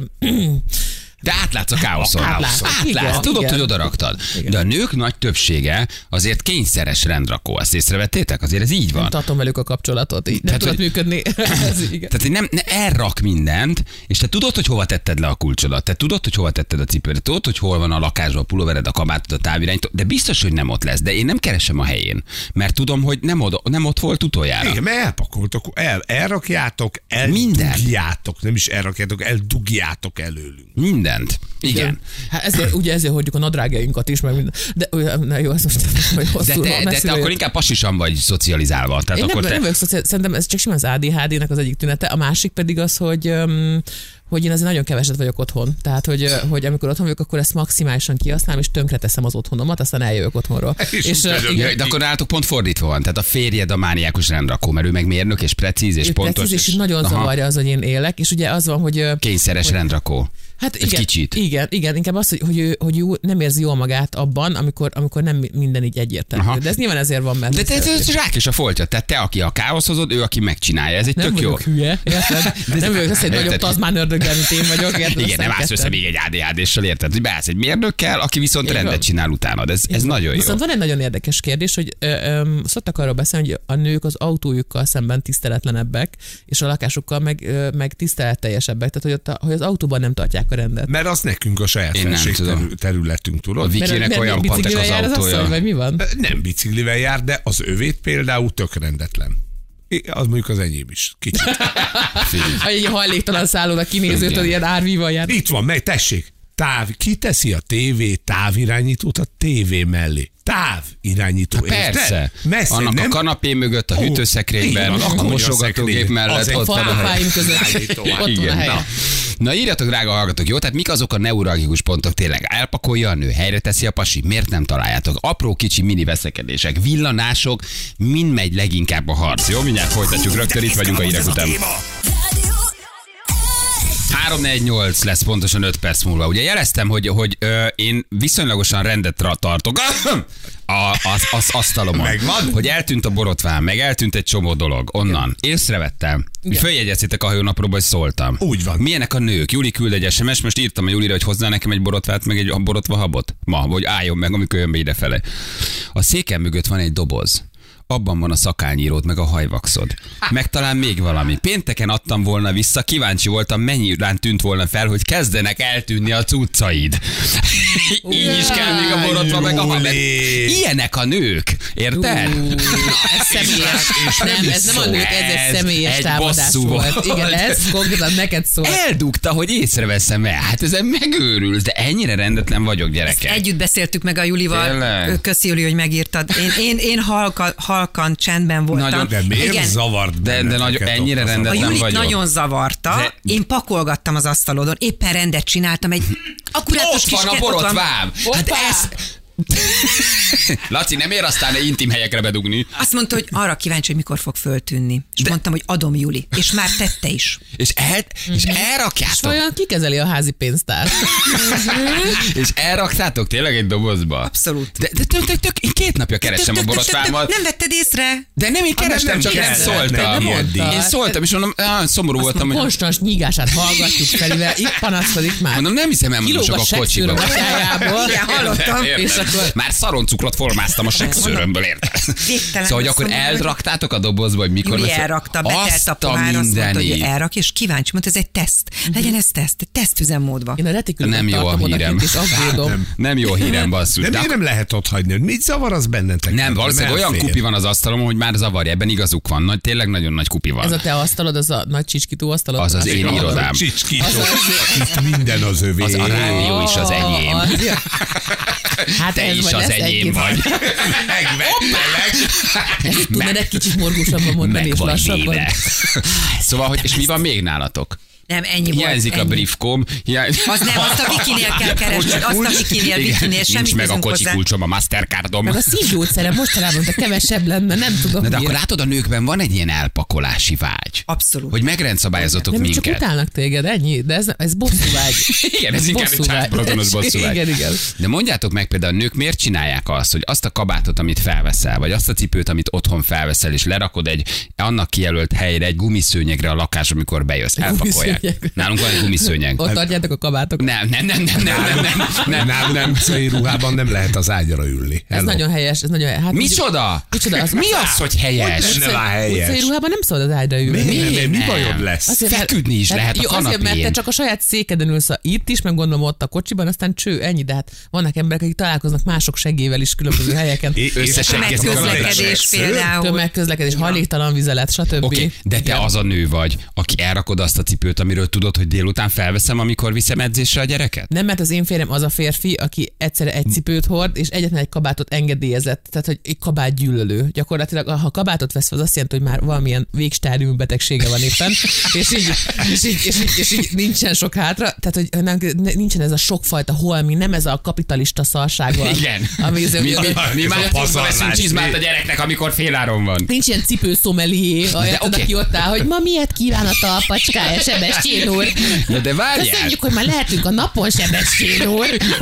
De átlátsz a káoszon. Átlátsz. Átlátsz. Igen, Tudod, igen. hogy oda raktad. Igen. De a nők nagy többsége azért kényszeres rendrakó. Ezt észrevettétek? Azért ez így van. nem tartom velük a kapcsolatot, így nem Tehát, tudod hogy- működni. Ez igen. Tehát hogy nem, ne elrak mindent, és te tudod, hogy hova tetted le a kulcsodat, te tudod, hogy hova tetted a cipődet, tudod, hogy hol van a lakásban a pulóvered, a kabátod, a távirányító, de biztos, hogy nem ott lesz. De én nem keresem a helyén, mert tudom, hogy nem, oda, nem ott volt utoljára. Igen, mert elpakoltok, el, elrakjátok, Minden. eldugjátok, nem is elrakjátok, eldugjátok előlünk. Mindent. Igen. Hát ezért, ugye ezért hordjuk a nadrágjainkat is, meg minden. De olyan- na jó, ez most hogy De hosszú. te, de te messziről akkor jött. inkább pasisan vagy szocializálva. Tehát Én akkor nem, te... nem vagyok szociál, szerintem ez csak simán az á dé há dé-nek az egyik tünete, a másik pedig az, hogy um, hogy én azért nagyon keveset vagyok otthon. Tehát, hogy, hogy amikor otthon vagyok, akkor ezt maximálisan kihasználom, és tönkreteszem az otthonomat, aztán eljövök otthonról. És és utána uh, jön. Ja, de akkor nálatok pont fordítva van. Tehát a férjed a mániákus rendrakó, mert ő meg mérnök és precíz és ő pontos. precíz, és nagyon Aha. zavarja az, hogy én élek, és ugye az van, hogy ö, Kényszeres rendrakó. Hát Egy igen, kicsit. Igen, igen, inkább az, hogy, hogy ő, hogy ő nem érzi jól magát abban, amikor, amikor nem minden így egyértelmű. Aha. De ez nyilván ezért van, mert... De te, te, te zsák is a foltja. Tehát te, aki a káosz hozod, ő, aki megcsinálja. Ez egy nem tök jó. vagyok hülye, érted? Nem vagyok az, hogy nagyobb Érted? tazmán ördöggel, mint én vagyok, érted? Igen, nem állsz össze még egy á dé há dé-sel, érted? Hogy beállsz egy mérnökkel, aki viszont Igen. rendet csinál utánad. Ez, ez nagyon jó. Viszont van egy nagyon érdekes kérdés, hogy ö, ö, szoktak arról beszélni, hogy a nők az autójukkal szemben tiszteletlenebbek, és a lakásukkal meg, ö, meg tiszteletteljesebbek. Tehát, hogy, ott a, hogy az autóban nem tartják a rendet. Mert az nekünk a saját Én nem felség tudom. terü- területünk, tudod? A Vikinek Mert- olyan mert patek biciklivel az jár autója. asszony, vagy mi van? Nem biciklivel jár, de az övét például tök rendetlen. I- Az mondjuk az enyém is. Kicsit. Hogy egy hajléktalan szállónak kinézőt, Igen. hogy ilyen árvíval jár. Itt van, meg tessék. Táv, ki teszi a tévé távirányítót a tévé mellé? Távirányító. érted? Persze. Messze, Annak nem? a kanapé mögött, a Ó, hűtőszekrényben, így van, a akkor mosogatógép szekrény. mellett Az egy ott van a hely. Falfáim között. Irányító. Ott van a Igen, helye. na. Na írjatok, drága hallgatók, jó? Tehát mik azok a neuralgikus pontok tényleg? Elpakolja a nő, helyre teszi a pasi, miért nem találjátok? Apró kicsi mini veszekedések, villanások, mind megy leginkább a harc, jó? Mindjárt folytatjuk, rögtön itt vagyunk a hírek után. három négy nyolc lesz pontosan öt perc múlva. Ugye jeleztem, hogy, hogy ö, én viszonylagosan rendet ra- tartok a, az, az asztalomon. Megvan? Hogy eltűnt a borotvám, meg eltűnt egy csomó dolog. Onnan. Észrevettem. Följegyeztétek a hajónapróba, hogy szóltam. Úgy van. Milyenek a nők? Juli küld egy es em es, most írtam a Julira, hogy hozzá nekem egy borotvát, meg egy borotva habot. Ma, vagy álljon meg, amikor jön be idefele. A széken mögött van egy doboz. Abban van a szakányíród, meg a hajvaxod. Meg talán még valami. Pénteken adtam volna vissza, kíváncsi voltam, mennyi után tűnt volna fel, hogy kezdenek eltűnni a cuccaid. Így is kell még a borotva, meg a hab. Júli. Ilyenek a nők, érted? Ú, ez személyes. Nem, ez nem a nők, ez egy Ez személyes egy támadás bosszú volt. volt. Igen, ez konkrétan neked szól. Eldugta, hogy észreveszem el. Hát ezen megőrülsz, de ennyire rendetlen vagyok, gyerekek. Együtt beszéltük meg a Julival. Tényleg? Köszi, Juli, hogy megírtad. Én, én, én halka, halkan csendben voltam. Nagyon- De miért Igen. zavart De- de benneteket nagyon- ott ennyire az a- rendet- A nem Julit vagyok. nagyon zavarta. De- Én pakolgattam az asztalodon, éppen rendet csináltam, egy akkurátus Ott kis van a ke- ott van. borotvám. Hát Hoppá! ez... Laci, nem ér aztán intim helyekre bedugni. Azt mondta, hogy arra kíváncsi, hogy mikor fog föltűnni. És De... mondtam, hogy adom, Juli. És már tette is. És, el, és És elrakjátok. vajon ki kezeli a házi pénztárt? És elraktátok tényleg egy dobozba? Abszolút. De, de tök, tök, tök, én két napja keresem a borotvámat. Nem vetted észre? De nem, én kerestem, nem csak kell, nem nem szóltam. mondtad. Én szóltam, és mondom, ah, szomorú voltam, A hogy... konstans nyígását hallgatjuk felivel, itt panaszkodik már. Mondom, nem hiszem, elmondom Kilóg csak a a kocsiba. sekszőröm a szájából. Igen, hallottam. Érted? És akkor- Már szaroncukrot formáztam a sekszőrömből, érted? Végtelen Szóval, hogy akkor szomorú vagy. elraktátok a dobozba, hogy mikor Júli lesz... elrakta, betelt Azt a pohár, azt mondta, hogy mindenit. elrak, és kíváncsi, mondta, ez egy teszt. Legyen ez teszt, egy tesztüzemmódban. Én a retikülömet Nem jó a tartom hírem. odakint, és aggódom. Nem jó hírem, basszus. De De miért nem lehet ott hagyni? Mit zavar az bennetek? nem, valószínűleg olyan elfér. kupi van az asztalon, hogy már zavarja, ebben igazuk van. Nagy, tényleg nagyon nagy kupi van. Ez a te asztalod, az a nagy csicskító asztalod? Az az én a- irodám. Csicskító. Itt minden az övé. Az a rádió is az enyém. Az- Hát Te ez is vagy az lesz enyém egy-két- vagy. Ezt tudnád egy kicsit morgósabban mondani, Meg és vagy lassabban. véve. Szóval, hogy, és mi van még nálatok? Nem, ennyi Hiányzik volt. a ennyi. briefkom. Hiány... Az nem, azt a Wikinél kell keresni. Azt a Wikinél, Wikinél, semmi Nincs meg a közünk kocsi hozzá. kulcsom, a Mastercardom. Meg a szívgyógyszerem mostanában, ha kevesebb lenne, nem tudom. Na de miért. akkor látod, a nőkben van egy ilyen elpakolási vágy. Abszolút. Hogy megrendszabályozotok Nem, csak minket. utálnak téged, ennyi, de ez, ez bosszúvágy. Igen, ez inkább egy Bosszúvágy. csárprotonos bosszúvágy. Igen, igen. De mondjátok meg például, a nők miért csinálják azt, hogy azt a kabátot, amit felveszel, vagy azt a cipőt, amit otthon felveszel, és lerakod egy annak kijelölt helyre, egy gumiszőnyegre a lakásra, amikor bejössz. Elpakolják. Gumiszőnyeg. Nálunk van egy gumiszőnyeg. Ott adjátok a kabátok. Nem, nem, nem, nem, nem, nem, nem, nem, Nálunk nem utcai ruhában nem lehet az ágyra ülni. Ez Hello. nagyon helyes, ez nagyon hát Micsoda? Micsoda? Az, Mi az, hogy helyes? Hogy ne vár helyes? Utcai ruhában nem szabad az ágyra ülni. Miért? Mi? Mi, mi Nem. bajod lesz? Azért, mert- Feküdni is hát lehet a jó, azért, mert te kanapén. csak a saját székeden ülsz a- itt is, meg gondolom ott a kocsiban, aztán cső, ennyi, de hát vannak emberek, akik találkoznak mások segével is különböző helyeken. É- Összeseggezik a Tömegközlekedés például. Tömegközlekedés, hajléktalan vizelet, stb. Oké, okay, de te Igen. az a nő vagy, aki elrakod azt a cipőt, amiről tudod, hogy délután felveszem, amikor viszem edzésre a gyereket? Nem, mert az én férjem az a férfi, aki egyszerre egy cipőt hord, és egyetlen egy kabátot engedélyezett. Tehát, hogy egy kabát gyűlölő. Gyakorlatilag, ha kabátot vesz, az azt jelenti, hogy már valamilyen végstádiumú betegsége van éppen, és így, és, így, és, így, és így nincsen sok hátra. Tehát, hogy nem, nincsen ez a sokfajta holmi, nem ez a kapitalista szarság van. Igen. Ami, Mi, mi, mi Ez már a tudva pazarlás. veszünk csizmát a gyereknek, amikor féláron van. Nincs ilyen cipőszomelié, oké. okay. aki ott áll, hogy ma miért kíván a talpacskája, Sebestyén úr. Na de várjál, Köszönjük, hogy már lehetünk a napon, Sebestyén úr.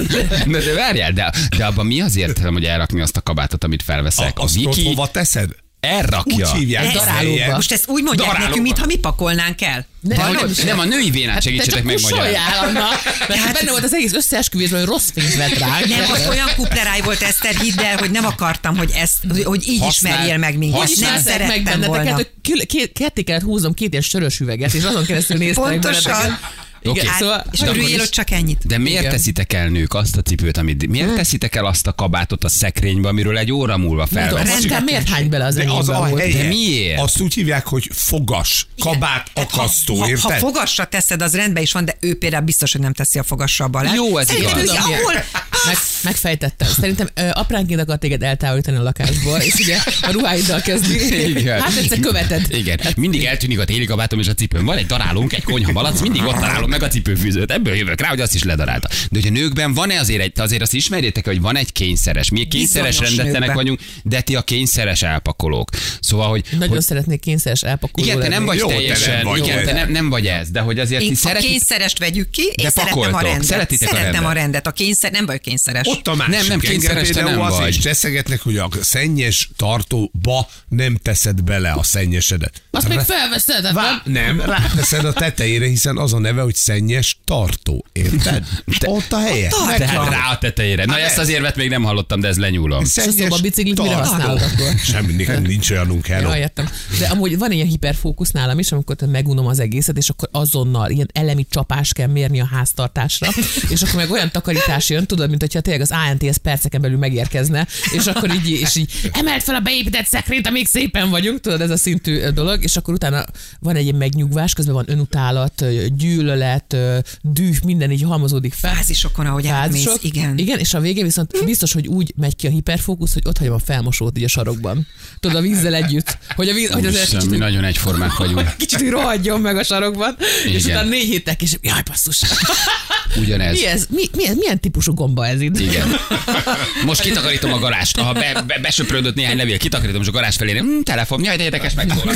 na de várjál, de, de abban mi az értelem, hogy elrakni azt a kabátot, amit felveszek? A, A azt tudod, Viki hova teszed? elrakja. Úgy hívják. Darálóba. helyen. Most ezt úgy mondják Darálóba. nekünk, mintha mi pakolnánk el. Nem, De, nem, hogy, nem, a női vénát segítsetek meg magyarul. Soljál, Anna. Mert hát, benne volt az egész összeesküvésben, hogy rossz fényt vett ránk. Nem, az olyan kupleráj volt, Eszter, hidd el, hogy nem akartam, hogy, ezt, hogy így Használ- ismerjél meg minket. használ- Nem Ismertek meg szerettem benneteket, volna. hogy kül- két- ketté kellett húznom két ilyen sörös üveget, és azon keresztül néztek Pontosan. benneteket. Oké. Igen, Hát, szóval, és akkor örüljél is- ott csak ennyit. De miért Igen. teszitek el nők azt a cipőt, amit... Miért teszitek el azt a kabátot a szekrénybe, amiről egy óra múlva Nem tudom, felveszünk? Aztán miért hány bele az De az enyémben a volt? helye. De miért? Azt úgy hívják, hogy fogas, kabát akasztó, ha, ha érted? fogasra teszed, az rendben is van, de ő például biztos, hogy nem teszi a fogasra alá. Jó, ez Szerinted igaz. ő Tudom, ahol? Meg, megfejtettem. Szerintem ö, apránként akar téged eltávolítani a lakásból, és ugye a ruháiddal kezdi. Igen. Hát egyszer követed. Igen. Mindig eltűnik a téli kabátom és a cipőm. Van egy darálónk, egy konyha malac, mindig ott találom meg a cipőfűzőt. Ebből jövök rá, hogy azt is ledarálta. De hogy a nőkben van-e azért egy, azért azt ismerjétek, hogy van egy kényszeres. Mi kényszeres Bizonyos rendetlenek nőkben. vagyunk, de ti a kényszeres elpakolók. Szóval, hogy, Nagyon hogy szeretnék kényszeres elpakoló igen, te nem lenni. vagy Jó, te teljesen, nem vagy, igen, jó. te nem, nem vagy ez, de hogy azért ti Én a szeretik, kényszerest vegyük ki, De én szeretem a pakoltok. rendet. Szeretitek a Szeretem rendet. a rendet. A kényszer nem vagy kényszeres. Ott a másik Nem, nem, engem kényszeres te például nem az vagy. is cseszegetnek, hogy a szennyes tartóba nem teszed bele a szennyesedet. Azt még felveszed, hát Vá- nem? nem, ráteszed a tetejére, hiszen az a neve, hogy szennyes tartó. Érted? Ott a helye. tehát rá a tetejére. Na, ezt az érvet még nem hallottam, de ez lenyúlom. És a szobabiciklit mire tartó. használod akkor? Semmi, nincs olyanunk, hello. Ja, értem. De amúgy van ilyen hiperfókusz nálam is, amikor megunom az egészet, és akkor azonnal ilyen elemi csapás kell mérni a háztartásra, és akkor meg olyan takarítás jön, tudod, mint hogyha tényleg az á en té es perceken belül megérkezne, és akkor így, és így emelt fel a beépített szekrényt, amíg szépen vagyunk, tudod, ez a szintű dolog, és akkor utána van egy ilyen megnyugvás, közben van önutálat, gyűlölet, illet, düh, minden így halmozódik fel. Fázisokon, ahogy átmész, igen. Igen, és a végén viszont biztos, hogy úgy megy ki a hiperfókusz, hogy ott hagyom a felmosót így a sarokban. Tudod, a vízzel együtt. Hogy, a víz, hogy azért Isten, kicsit, mi nagyon egyformák vagyunk. kicsit úgy rohadjon meg a sarokban, Igen. és utána négy héttel később, jaj, basszus. Ugyanez. Mi ez? Mi, milyen, milyen típusú gomba ez itt? Igen. Most kitakarítom a garást. Ha be, be, besöprődött néhány levél, kitakarítom, és a garázs felé, hm, telefon, jaj, de érdekes, megszólal.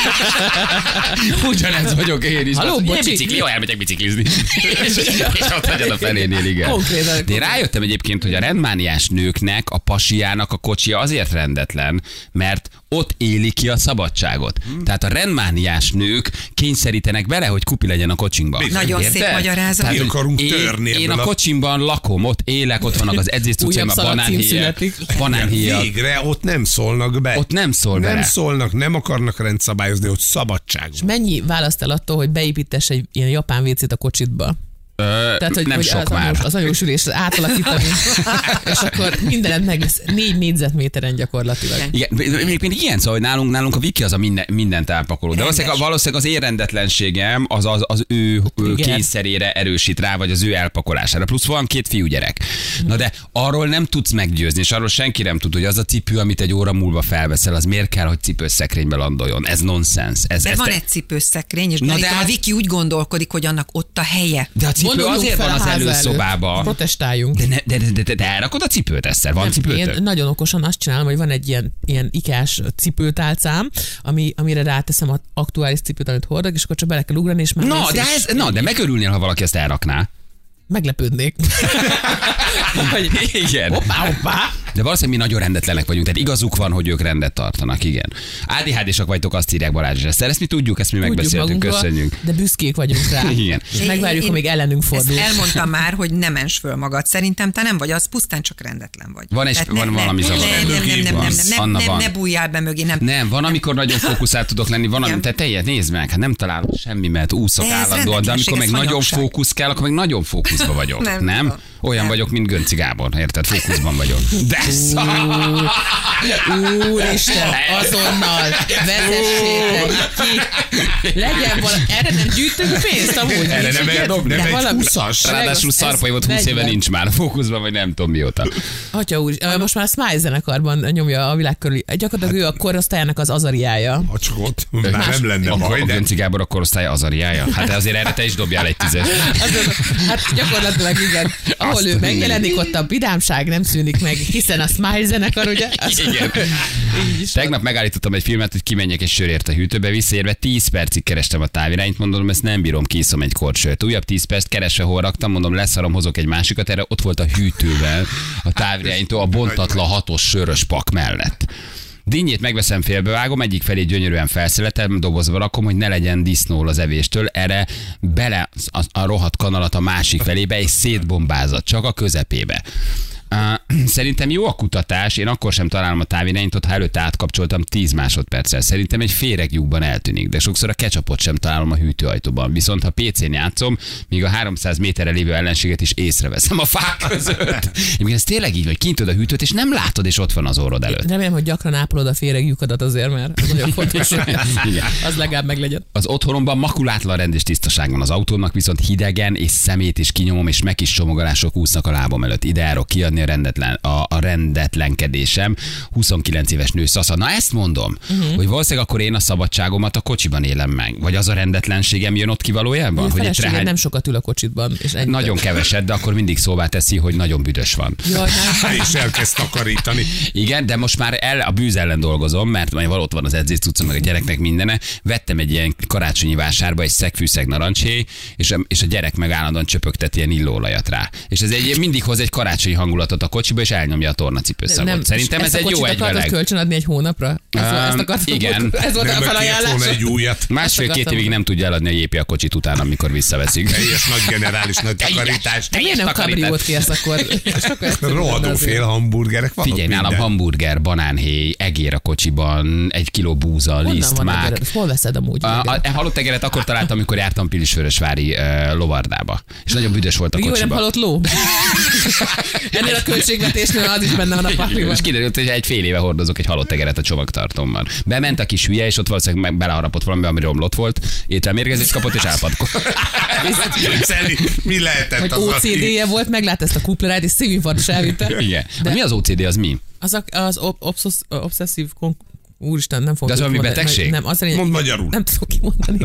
Ugyanez vagyok én is. Halló, Ilyen bocsi. bicikli, jó, elmegyek biciklizni. és, és ott hagyod a felénél, igen. Konkrétan. De én rájöttem egyébként, hogy a rendmániás nőknek, a pasiának a kocsia azért rendetlen, mert ott éli ki a szabadságot. Hmm. Tehát a rendmániás nők kényszerítenek bele, hogy kupi legyen a kocsinkban. Nagyon Érted? szép magyarázat. Tehát, Mi akarunk én, törni én ebből a a- kocsimban lakom, ott élek, ott vannak az edzéscuccaim, a Újabb szalagcím banánhéjak, születik. banánhéjak. Végre ott nem szólnak be. Ott nem szól nem bele. szólnak, nem akarnak rendszabályozni, hogy szabadság van. Mennyi választ el attól, hogy beépítesz egy ilyen japán vécét a kocsitba? Ö, Tehát, hogy, nem hogy sok az, már. anyós, az anyósülést átalakítani, és akkor mindenet meg lesz négy négyzetméteren gyakorlatilag. Igen, még, még ilyen szó, hogy nálunk, nálunk a Viki az a minden, mindent elpakoló. De valószínűleg, valószínűleg az én rendetlenségem az, az, az ő, ő Igen. kényszerére erősít rá, vagy az ő elpakolására. Plusz van két fiúgyerek. Na de arról nem tudsz meggyőzni, és arról senki nem tud, hogy az a cipő, amit egy óra múlva felveszel, az miért kell, hogy cipőszekrénybe landoljon. Ez nonsens. Ez, De ez van te- egy cipőszekrény, és Na de beállítom, a hát- Viki úgy gondolkodik, hogy annak ott a helye. De a cipő Vonuljunk azért fel van a az háza előszobába. előtt. Protestáljunk. De, ne, de, de, de, de, de elrakod a cipőt, Eszter? Van Nem, cipőtök? én nagyon okosan azt csinálom, hogy van egy ilyen, ilyen ikás cipőtálcám, ami, amire ráteszem az aktuális cipőt, amit hordok, és akkor csak bele kell ugrani, és már Na, mész, de, és ez, na, de megörülnél, ha valaki ezt elrakná. meglepődnék. Hogy, Igen. hoppá, hoppá. De valószínűleg mi nagyon rendetlenek vagyunk, tehát igazuk van, hogy ők rendet tartanak, igen. á dé há dé-sak vagytok, azt írják Balázs és Eszter, ezt mi tudjuk, ezt mi Tudjuk megbeszéltük, magunkról, köszönjük. de büszkék vagyunk rá. Igen. És megvárjuk, amíg ellenünk fordul. Ezt elmondtam már, hogy nem ens föl magad. Szerintem te nem vagy az, pusztán csak rendetlen vagy. Van egy- Tehát van valami zavar. Nem, nem, nem, nem, nem, Van. nem, nem, Anna, nem, van. ne bújjál be mögé, nem. Nem, van, amikor nagyon fókuszált tudok lenni, van, Igen. amikor te teljed, nézd meg, hát nem találok semmi, mert úszok Ez állandóan, de amikor rendetlenség, meg ez nagyon vagyonság. fókusz kell, akkor meg nagyon fókuszba vagyok. Nem? Nem nem? tudom. Olyan Nem. vagyok, mint Gönci Gábor, érted? Fókuszban vagyok. De szar! Úristen, azonnal vezessétek ki. Legyen valami. Erre nem gyűjtünk pénzt amúgy. Erre Nincs nem ilyen? egy- nem De egy valami- húszas. Ráadásul Ez szarpai volt húsz éve negyven. nincs már fókuszban, vagy nem tudom mióta. Atya úr, most már a Smile zenekarban nyomja a világ körül. Gyakorlatilag ő a korosztályának az azariája. Ha csak ott már nem lenne A, baj, a de Gönci Gábor a korosztálya azariája? Hát de azért erre te is dobjál egy tízes. Az, hát gyakorlatilag igen. Ahol Azt ő a megjelenik, ott a vidámság nem szűnik meg, hiszen a Smile zenekar, ugye? Az- Igen. Így is van. Tegnap megállítottam egy filmet, hogy kimenjek egy sörért a hűtőbe, visszaérve tíz percig kerestem a távirányt, mondom, ezt nem bírom, kiszom egy kortsört. Újabb tíz perc keresve hol raktam, mondom, leszarom, hozok egy másikat, erre ott volt a hűtőben a táviránytól a bontatlan hatos sörös pak mellett. Dinnyét megveszem, félbevágom, egyik felé gyönyörűen felszeletem, dobozba rakom, hogy ne legyen disznó az evéstől, erre bele a, a rohadt kanalat a másik felébe, és szétbombázott, csak a közepébe. Uh, szerintem jó a kutatás, én akkor sem találom a távirányítót, ha előtte átkapcsoltam tíz másodperccel. Szerintem egy féreglyukban eltűnik, de sokszor a ketchupot sem találom a hűtőajtóban. Viszont ha pé cén játszom, míg a háromszáz méterre lévő ellenséget is észreveszem a fák között. Egyébként ez tényleg így, hogy kint a hűtőt, és nem látod, és ott van az orrod előtt. Remélem, hogy gyakran ápolod a féreglyukadat azért, mert az nagyon fontos, hogy Igen. az legalább meglegyen. Az otthonomban makulátlan rend és tisztaság van, az autónak viszont hidegen és szemét is kinyomom, és meg is csomagolások úsznak a lábam előtt. Ide járok kiadni a, rendetlen, a, a rendetlenkedésem. huszonkilenc éves nő szasza. Na ezt mondom, uh-huh. hogy valószínűleg akkor én a szabadságomat a kocsiban élem meg. Vagy az a rendetlenségem jön ott ki valójában? A Hogy egy feleséged trehány... nem sokat ül a kocsitban. És ennyi Nagyon több. keveset, de akkor mindig szóvá teszi, hogy nagyon büdös van. Jaj, nem. és elkezd takarítani. Igen, de most már el, a bűz ellen dolgozom, mert majd valót van az edzés cucca, meg a gyereknek mindene. Vettem egy ilyen karácsonyi vásárba egy szegfűszeg narancsé, és a, és a gyerek meg állandóan csöpögtet ilyen illóolajat rá. És ez egy mindig hoz egy karácsonyi hangulatot a kocsiba, és elnyomja a tornacipőszagot. Szerintem ez ezt a egy jó kocsit akartad egyveleg. kölcsönadni egy hónapra? Ezt, Um, ezt akartad, igen. Ez volt a Nem, mert kért volna felajánlás. egy újat. Másfél-két akartam. évig nem tudja eladni a jépi a kocsit utána, amikor visszaveszik. Teljes nagy generális nagy takarítás. De miért nem takarítás. kabriót kérsz akkor? Sokkal egyszerűbb lenne Rohadó azért. fél hamburgerek vannak. Figyelj, nálam minden. hamburger, banánhéj, egér a kocsiban, egy kiló búza, Honnan liszt, van mák. egered? Hol veszed amúgy? A, a, egered? a halott egeret akkor találtam, amikor jártam Pilisvörösvári uh, lovardába. És nagyon büdös volt a Jó, nem kocsiba. halott ló? Ennél a költségvetésnél, az is benne van a pakliban. És kiderült, hogy egy fél éve hordozok egy halott egeret a csomagtartómmal. Bement a kis hülye, és ott valószínűleg beleharapott valami, ami romlott volt. Ételmérgezést kapott, és elpatkott. Mi lehetett Hogy az, ó cé dé-je volt, meglát ezt a kuplerát, és szívinfarktus elvitte. Igen. De mi az ó cé dé, az mi? Az, a, az obszosz- obszesszív kon... Úristen, nem fogom De az valami mondani. betegség? Nem, az a lényeg- Mondd magyarul. Nem tudok kimondani.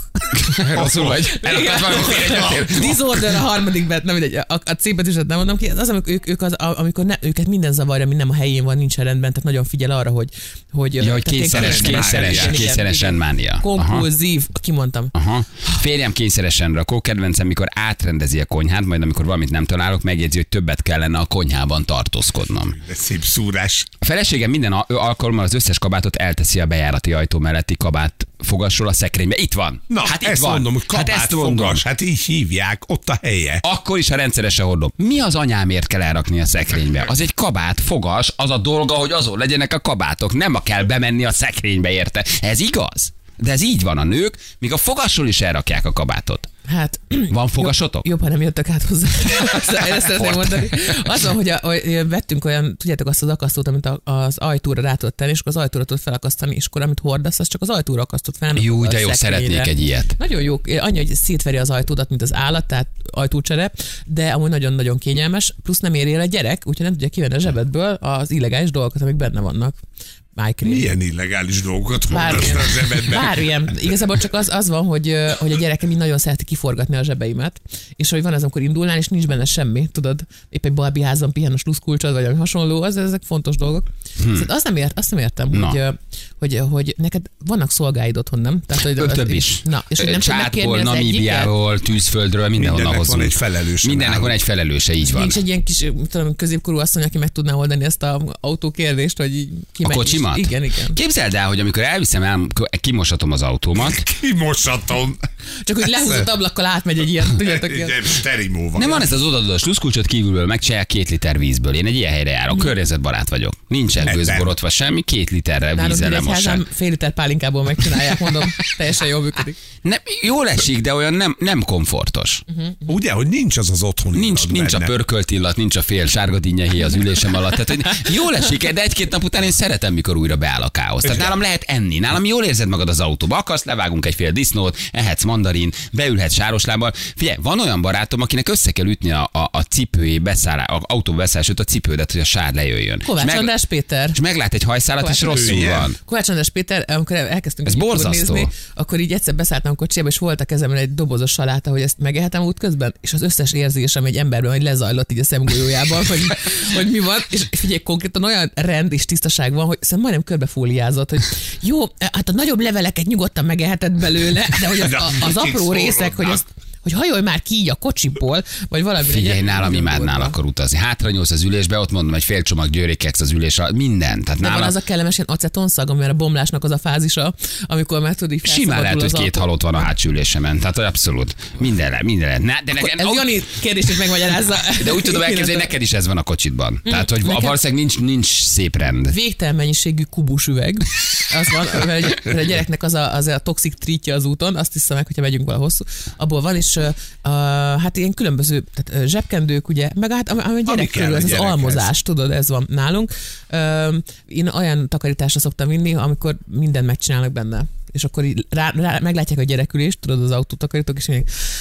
Rosszul vagy. Elakadt valamiféle gyökér. Disorder a harmadik bet, nem mindegy, a, a C betűset nem mondom ki, az, amikor, ők, ők az, amikor ne, őket minden zavarja, ami nem a helyén van, nincsen rendben, tehát nagyon figyel arra, hogy... hogy Ja, hogy kényszeres, kényszeresen, kényszeresen mánia. Kompulzív, kimondtam. Aha. Férjem kényszeresen rakó, kedvencem, mikor átrendezi a konyhát, majd amikor valamit nem találok, megjegyzi, hogy többet kellene a konyhában tartózkodnom. De szép szúrás. A feleségem minden al- alkalommal az összes kabátot elteszi a bejárati ajtó melletti kabát fogasról a szekrénybe. Itt van. Na, hát itt ezt van. mondom, hogy hát kabát ezt mondom. fogas, hát így hívják, ott a helye. Akkor is, ha rendszeresen hordom. Mi az anyámért kell elrakni a szekrénybe? Az egy kabát, fogas, az a dolga, hogy azon legyenek a kabátok. Nem a kell bemenni a szekrénybe, érte. Ez igaz? De ez így van, a nők, míg a fogasról is elrakják a kabátot. Hát, Van fogasotok? jobb, ha nem jöttek át hozzá. Ezt szeretném mondani. Az van, hogy, a, hogy vettünk olyan, tudjátok azt az akasztót, amit a, az ajtóra rá tudod tenni, és akkor az ajtóra tudod felakasztani, és akkor amit hordasz, az csak az ajtóra akasztott fel. Jó, a de jó, szekrényre. szeretnék egy ilyet. Nagyon jó, annyi, hogy szétveri az ajtódat, mint az állat, tehát ajtócsere, de amúgy nagyon-nagyon kényelmes, plusz nem éri el a gyerek, úgyhogy nem tudja kivenni a zsebedből az illegális dolgokat, amik benne vannak. Májkrém. Milyen illegális dolgokat hordasz Bármilyen. a zsebedbe? Bármilyen. Igazából csak az, az van, hogy, hogy a gyerekem így nagyon szereti kiforgatni a zsebeimet, és hogy van az, amikor indulnál, és nincs benne semmi, tudod, épp egy Barbie házban pihen a sluszkulcsod, vagy ami hasonló, az, ezek fontos dolgok. Hmm. Szóval azt nem, ért, azt nem értem, hogy, hogy, hogy neked vannak szolgáid otthon, nem? Tehát, hogy Ö, több is. Na, és hogy nem tudod megkérni Csátból, az egyiket? Namíbiából, tűzföldről, mindenhonnan Mindennek hozunk. van egy felelőse Mindennek nálunk. van egy felelőse, így van. Nincs egy ilyen kis, tudom, középkorú asszony, aki meg tudná oldani ezt az autókérdést, hogy így ki A megy is. kocsimat? Igen, igen. Képzeld el, hogy amikor elviszem el, kimosatom az autómat, Kimosatom. Csak hogy lehúzott ablakkal átmegy egy ilyen, tudjátok, ilyen. Egy sterimóval. nem van ez az odaadós sluszkulcsot kívülből, megcsinálják két liter vízből. Én egy ilyen helyre járok, környezetbarát vagyok. Nincsen Nem. gőzborotva semmi, két literrel Nálunk vízzel nem mossák. Nyíregyházán fél liter pálinkából megcsinálják, mondom, teljesen jól működik. Nem, jól esik, de olyan nem, nem komfortos. Ugye, hogy nincs az az otthoni Nincs, illat nincs a benne. pörkölt illat, nincs a fél sárga dinnyehé az ülésem alatt. Tehát, hogy jól esik, de egy-két nap után én szeretem, mikor újra beáll a káosz. Tehát nálam lehet enni, nálam jól érzed magad az autóba, akarsz, levágunk egy fél disznót, ehetsz mandarin, beülhetsz sároslábbal. Figyelj, van olyan barátom, akinek össze kell ütni a, a, a cipőjé beszállá, a autóba beszállás, a cipődet, hogy a sár lejöjjön. Kovács és, meg, András Péter. és meglát egy hajszálat, és Kovács rosszul András. van. Kovács András Péter, amikor elkezdtünk Ez egy borzasztó. nézni, akkor így egyszer beszálltam a kocsiába, és volt a kezemben egy dobozos saláta, hogy ezt megehetem útközben, és az összes érzésem egy emberben, hogy lezajlott így a szemgolyójában, hogy, hogy mi van, és figyelj, konkrétan olyan rend és tisztaság van, hogy szerintem majdnem körbefóliázott, hogy jó, hát a nagyobb leveleket nyugodtan megeheted belőle, de hogy az, a, az apró részek, hogy azt hogy hajolj már ki így a kocsiból, vagy valami. Figyelj, nálam imádnál durva. akkor utazni. Hátra nyúlsz az ülésbe, ott mondom, egy fél csomag győrékeksz az ülés alatt, minden. Tehát De nálam van az a kellemes ilyen acetonszag, ami a bomlásnak az a fázisa, amikor már tudod, így simán lehet, hogy felszabadul az két autó. halott van a hátsó ülésemen. Tehát hogy abszolút. Minden lehet, minden lehet. Ne, de Akkor neked, ez Jani kérdését megmagyarázza. de úgy tudom elképzelni, hogy neked is ez van a kocsitban. Tehát, hogy nekem- valószínűleg nincs, nincs szép rend. Végtelen mennyiségű kubus üveg. Az van, mert a gyereknek az a, az a toxic treatja az úton, azt hiszem meg, hogyha megyünk vala hosszú. Abból van, és uh, hát ilyen különböző tehát, uh, zsebkendők, ugye, meg hát ami a gyerek kell körül, a ez az gyerekhez. almozás, tudod, ez van nálunk. Uh, én olyan takarításra szoktam vinni, amikor mindent megcsinálnak benne. És akkor így rá, rá, meglátják a gyerekülést, tudod, az autótakarítók, és még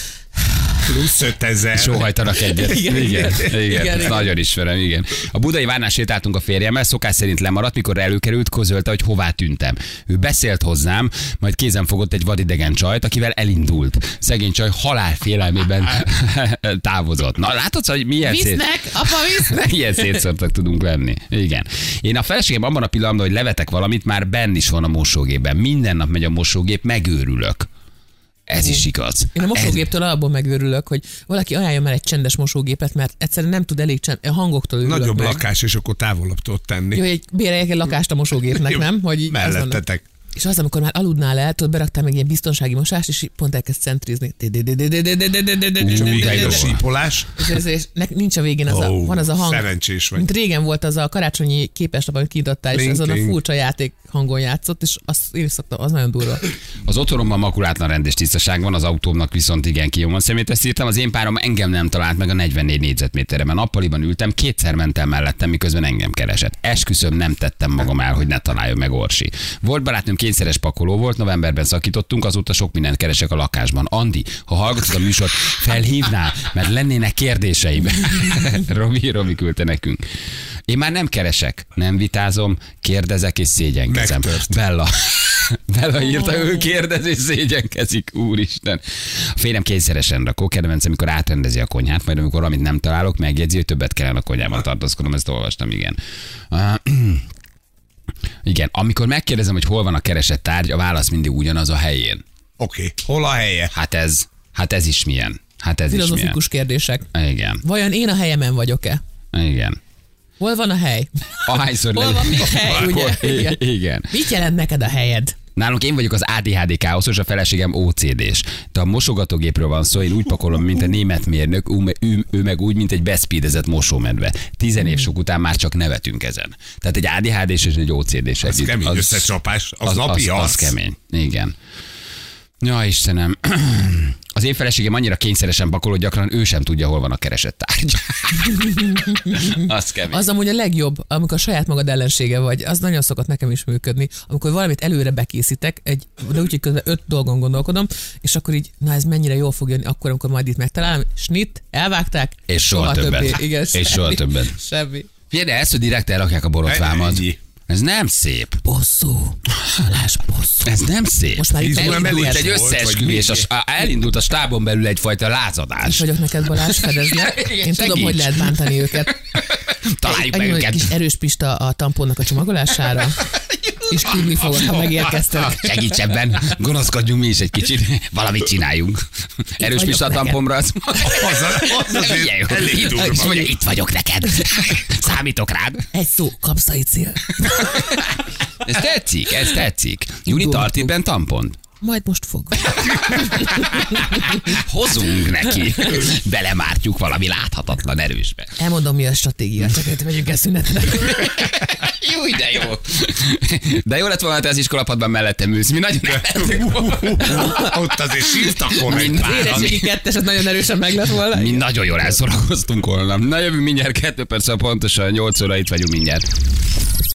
Plusz ötezer. Sóhajtanak egyet. Igen, Igen, igen. igen, igen, Igen, ezt igen. nagyon ismerem, igen. A budai várnál sétáltunk a férjemmel, szokás szerint lemaradt, mikor előkerült, közölte, hogy hová tűntem. Ő beszélt hozzám, majd kézen fogott egy vadidegen csajt, akivel elindult. Szegény csaj halálfélelmében távozott. Na látod, hogy milyen szét... visznek, apa visznek. Ilyen szétszórtak tudunk lenni. Igen. Én a feleségem abban a pillanatban, hogy levetek valamit, már benn is van a mosógépben. Minden nap megy a mosógép, megőrülök. Ez is igaz. Én a Ez- mosógéptől abból megőrülök, hogy valaki ajánljon már egy csendes mosógépet, mert egyszerűen nem tud elég csend, a hangoktól ülök Nagyobb meg. lakás, és akkor távolabb tudod tenni. Jó, hogy béreljek egy lakást a mosógépnek, Jó, nem? Hogy így az van. mellettetek. És az, amikor már aludnál el, tudod, beraktál meg ilyen biztonsági mosást, és pont elkezd centrizni. És még egy a sípolás. És nincs a végén, az a, van az a hang. Szerencsés vagy. Mint régen volt az a karácsonyi képeslap, amit kiadottál, és azon a furcsa játék hangon játszott, és azt én is szoktam, az nagyon durva. Az otthonomban makulátlan rendes tisztaság van, az autómnak viszont igen kijomon szemét. Ezt írtam, az én párom engem nem talált meg a negyvennégy négyzetméterre, mert nappaliban ültem, kétszer mentem mellettem, miközben engem keresett. Esküszöm, nem tettem magam el, hogy ne találjon meg Orsi. Volt barátnőm, kényszeres pakoló volt, novemberben szakítottunk, azóta sok mindent keresek a lakásban. Andi, ha hallgatod a műsort, felhívnál, mert lennének kérdéseim. Robi, Robi küldte nekünk. Én már nem keresek, nem vitázom, kérdezek és szégyenkezem. Megtört. Bella. Bella írta, ő kérdez és szégyenkezik, úristen. A férjem kényszeresen rakó, kedvencem, amikor átrendezi a konyhát, majd amikor valamit nem találok, megjegyzi, hogy többet kellene a konyhában tartózkodnom, ezt olvastam, igen. Uh, igen, amikor megkérdezem, hogy hol van a keresett tárgy, a válasz mindig ugyanaz, a helyén. Oké, okay. Hol a helye? Hát ez, hát ez is milyen. Hát ez is milyen. Filozofikus kérdések. Igen. Vajon én a helyemen vagyok-e? Igen. Hol van a hely? Ahányszor Hol van mi a hely, ugye? Igen. Igen. Mit jelent neked a helyed? Nálunk én vagyok az á dé há dé káoszos, a feleségem ó cé dés. De a mosogatógépről van szó, én úgy pakolom, mint a német mérnök, ő, ő, ő meg úgy, mint egy beszpídezett mosómedve. Tizen év sok után már csak nevetünk ezen. Tehát egy á dé há dés és egy ó cé dés Az együtt. kemény összecsapás, az, az napi az. az. Az kemény, igen. Ja, Istenem. Az én feleségem annyira kényszeresen pakol, hogy gyakran ő sem tudja, hol van a keresett tárgy. Az kemény. Az amúgy a legjobb, amikor saját magad ellensége vagy. Az nagyon szokott nekem is működni. Amikor valamit előre bekészítek, egy, de úgy, hogy közben öt dolgon gondolkodom, és akkor így, na ez mennyire jól fog jönni, akkor, amikor majd itt megtalálom, snit, elvágták, és soha, soha többet. többé. Igen, és semmi, soha többet. Semmi. Figyelj, de ezt, hogy direkt elrakják a borotvámat. Ennyi. Ez nem szép. Bosszú. Halás bosszú. Ez nem szép. Most már itt Izgulám elindult, Elindult egy volt, összeesküvés, vagy a, elindult a stábon belül egyfajta Itt lázadás. vagyok neked, Balázs, fedezlek. Én Segíts. tudom, hogy lehet bántani őket. Találjuk Egy, meg egy őket. kis erős pista a tamponnak a csomagolására, és tudni fogod, ha megérkeztek. Segíts ebben, gonoszkodjunk mi is egy kicsit, valamit csináljunk. Erős vagyok pista a neked. tampomra, az, Az, az azért Ilyen jó. elég Itt- durva. és mondja, itt vagyok neked. Számítok rád. Egy szó, kapsz egy cél. Ez tetszik, ez tetszik. Juni, tart itt bent tampont? Majd most fog. Hozunk neki. Belemártjuk valami láthatatlan erősbe. Elmondom, mi a stratégia, csak itt megyünk el szünetre. Jó, de jó. De jó lett volna, ha te az iskolapadban mellettem ülsz. Mi nagyon Ott azért sírtak volna egy Mind- páran. Érettségi kettes, az nagyon erősen meg lett volna. Mi nagyon jól elszorakoztunk volna. Na jövünk mindjárt kettő perc, pontosan nyolc óra itt vagyunk mindjárt.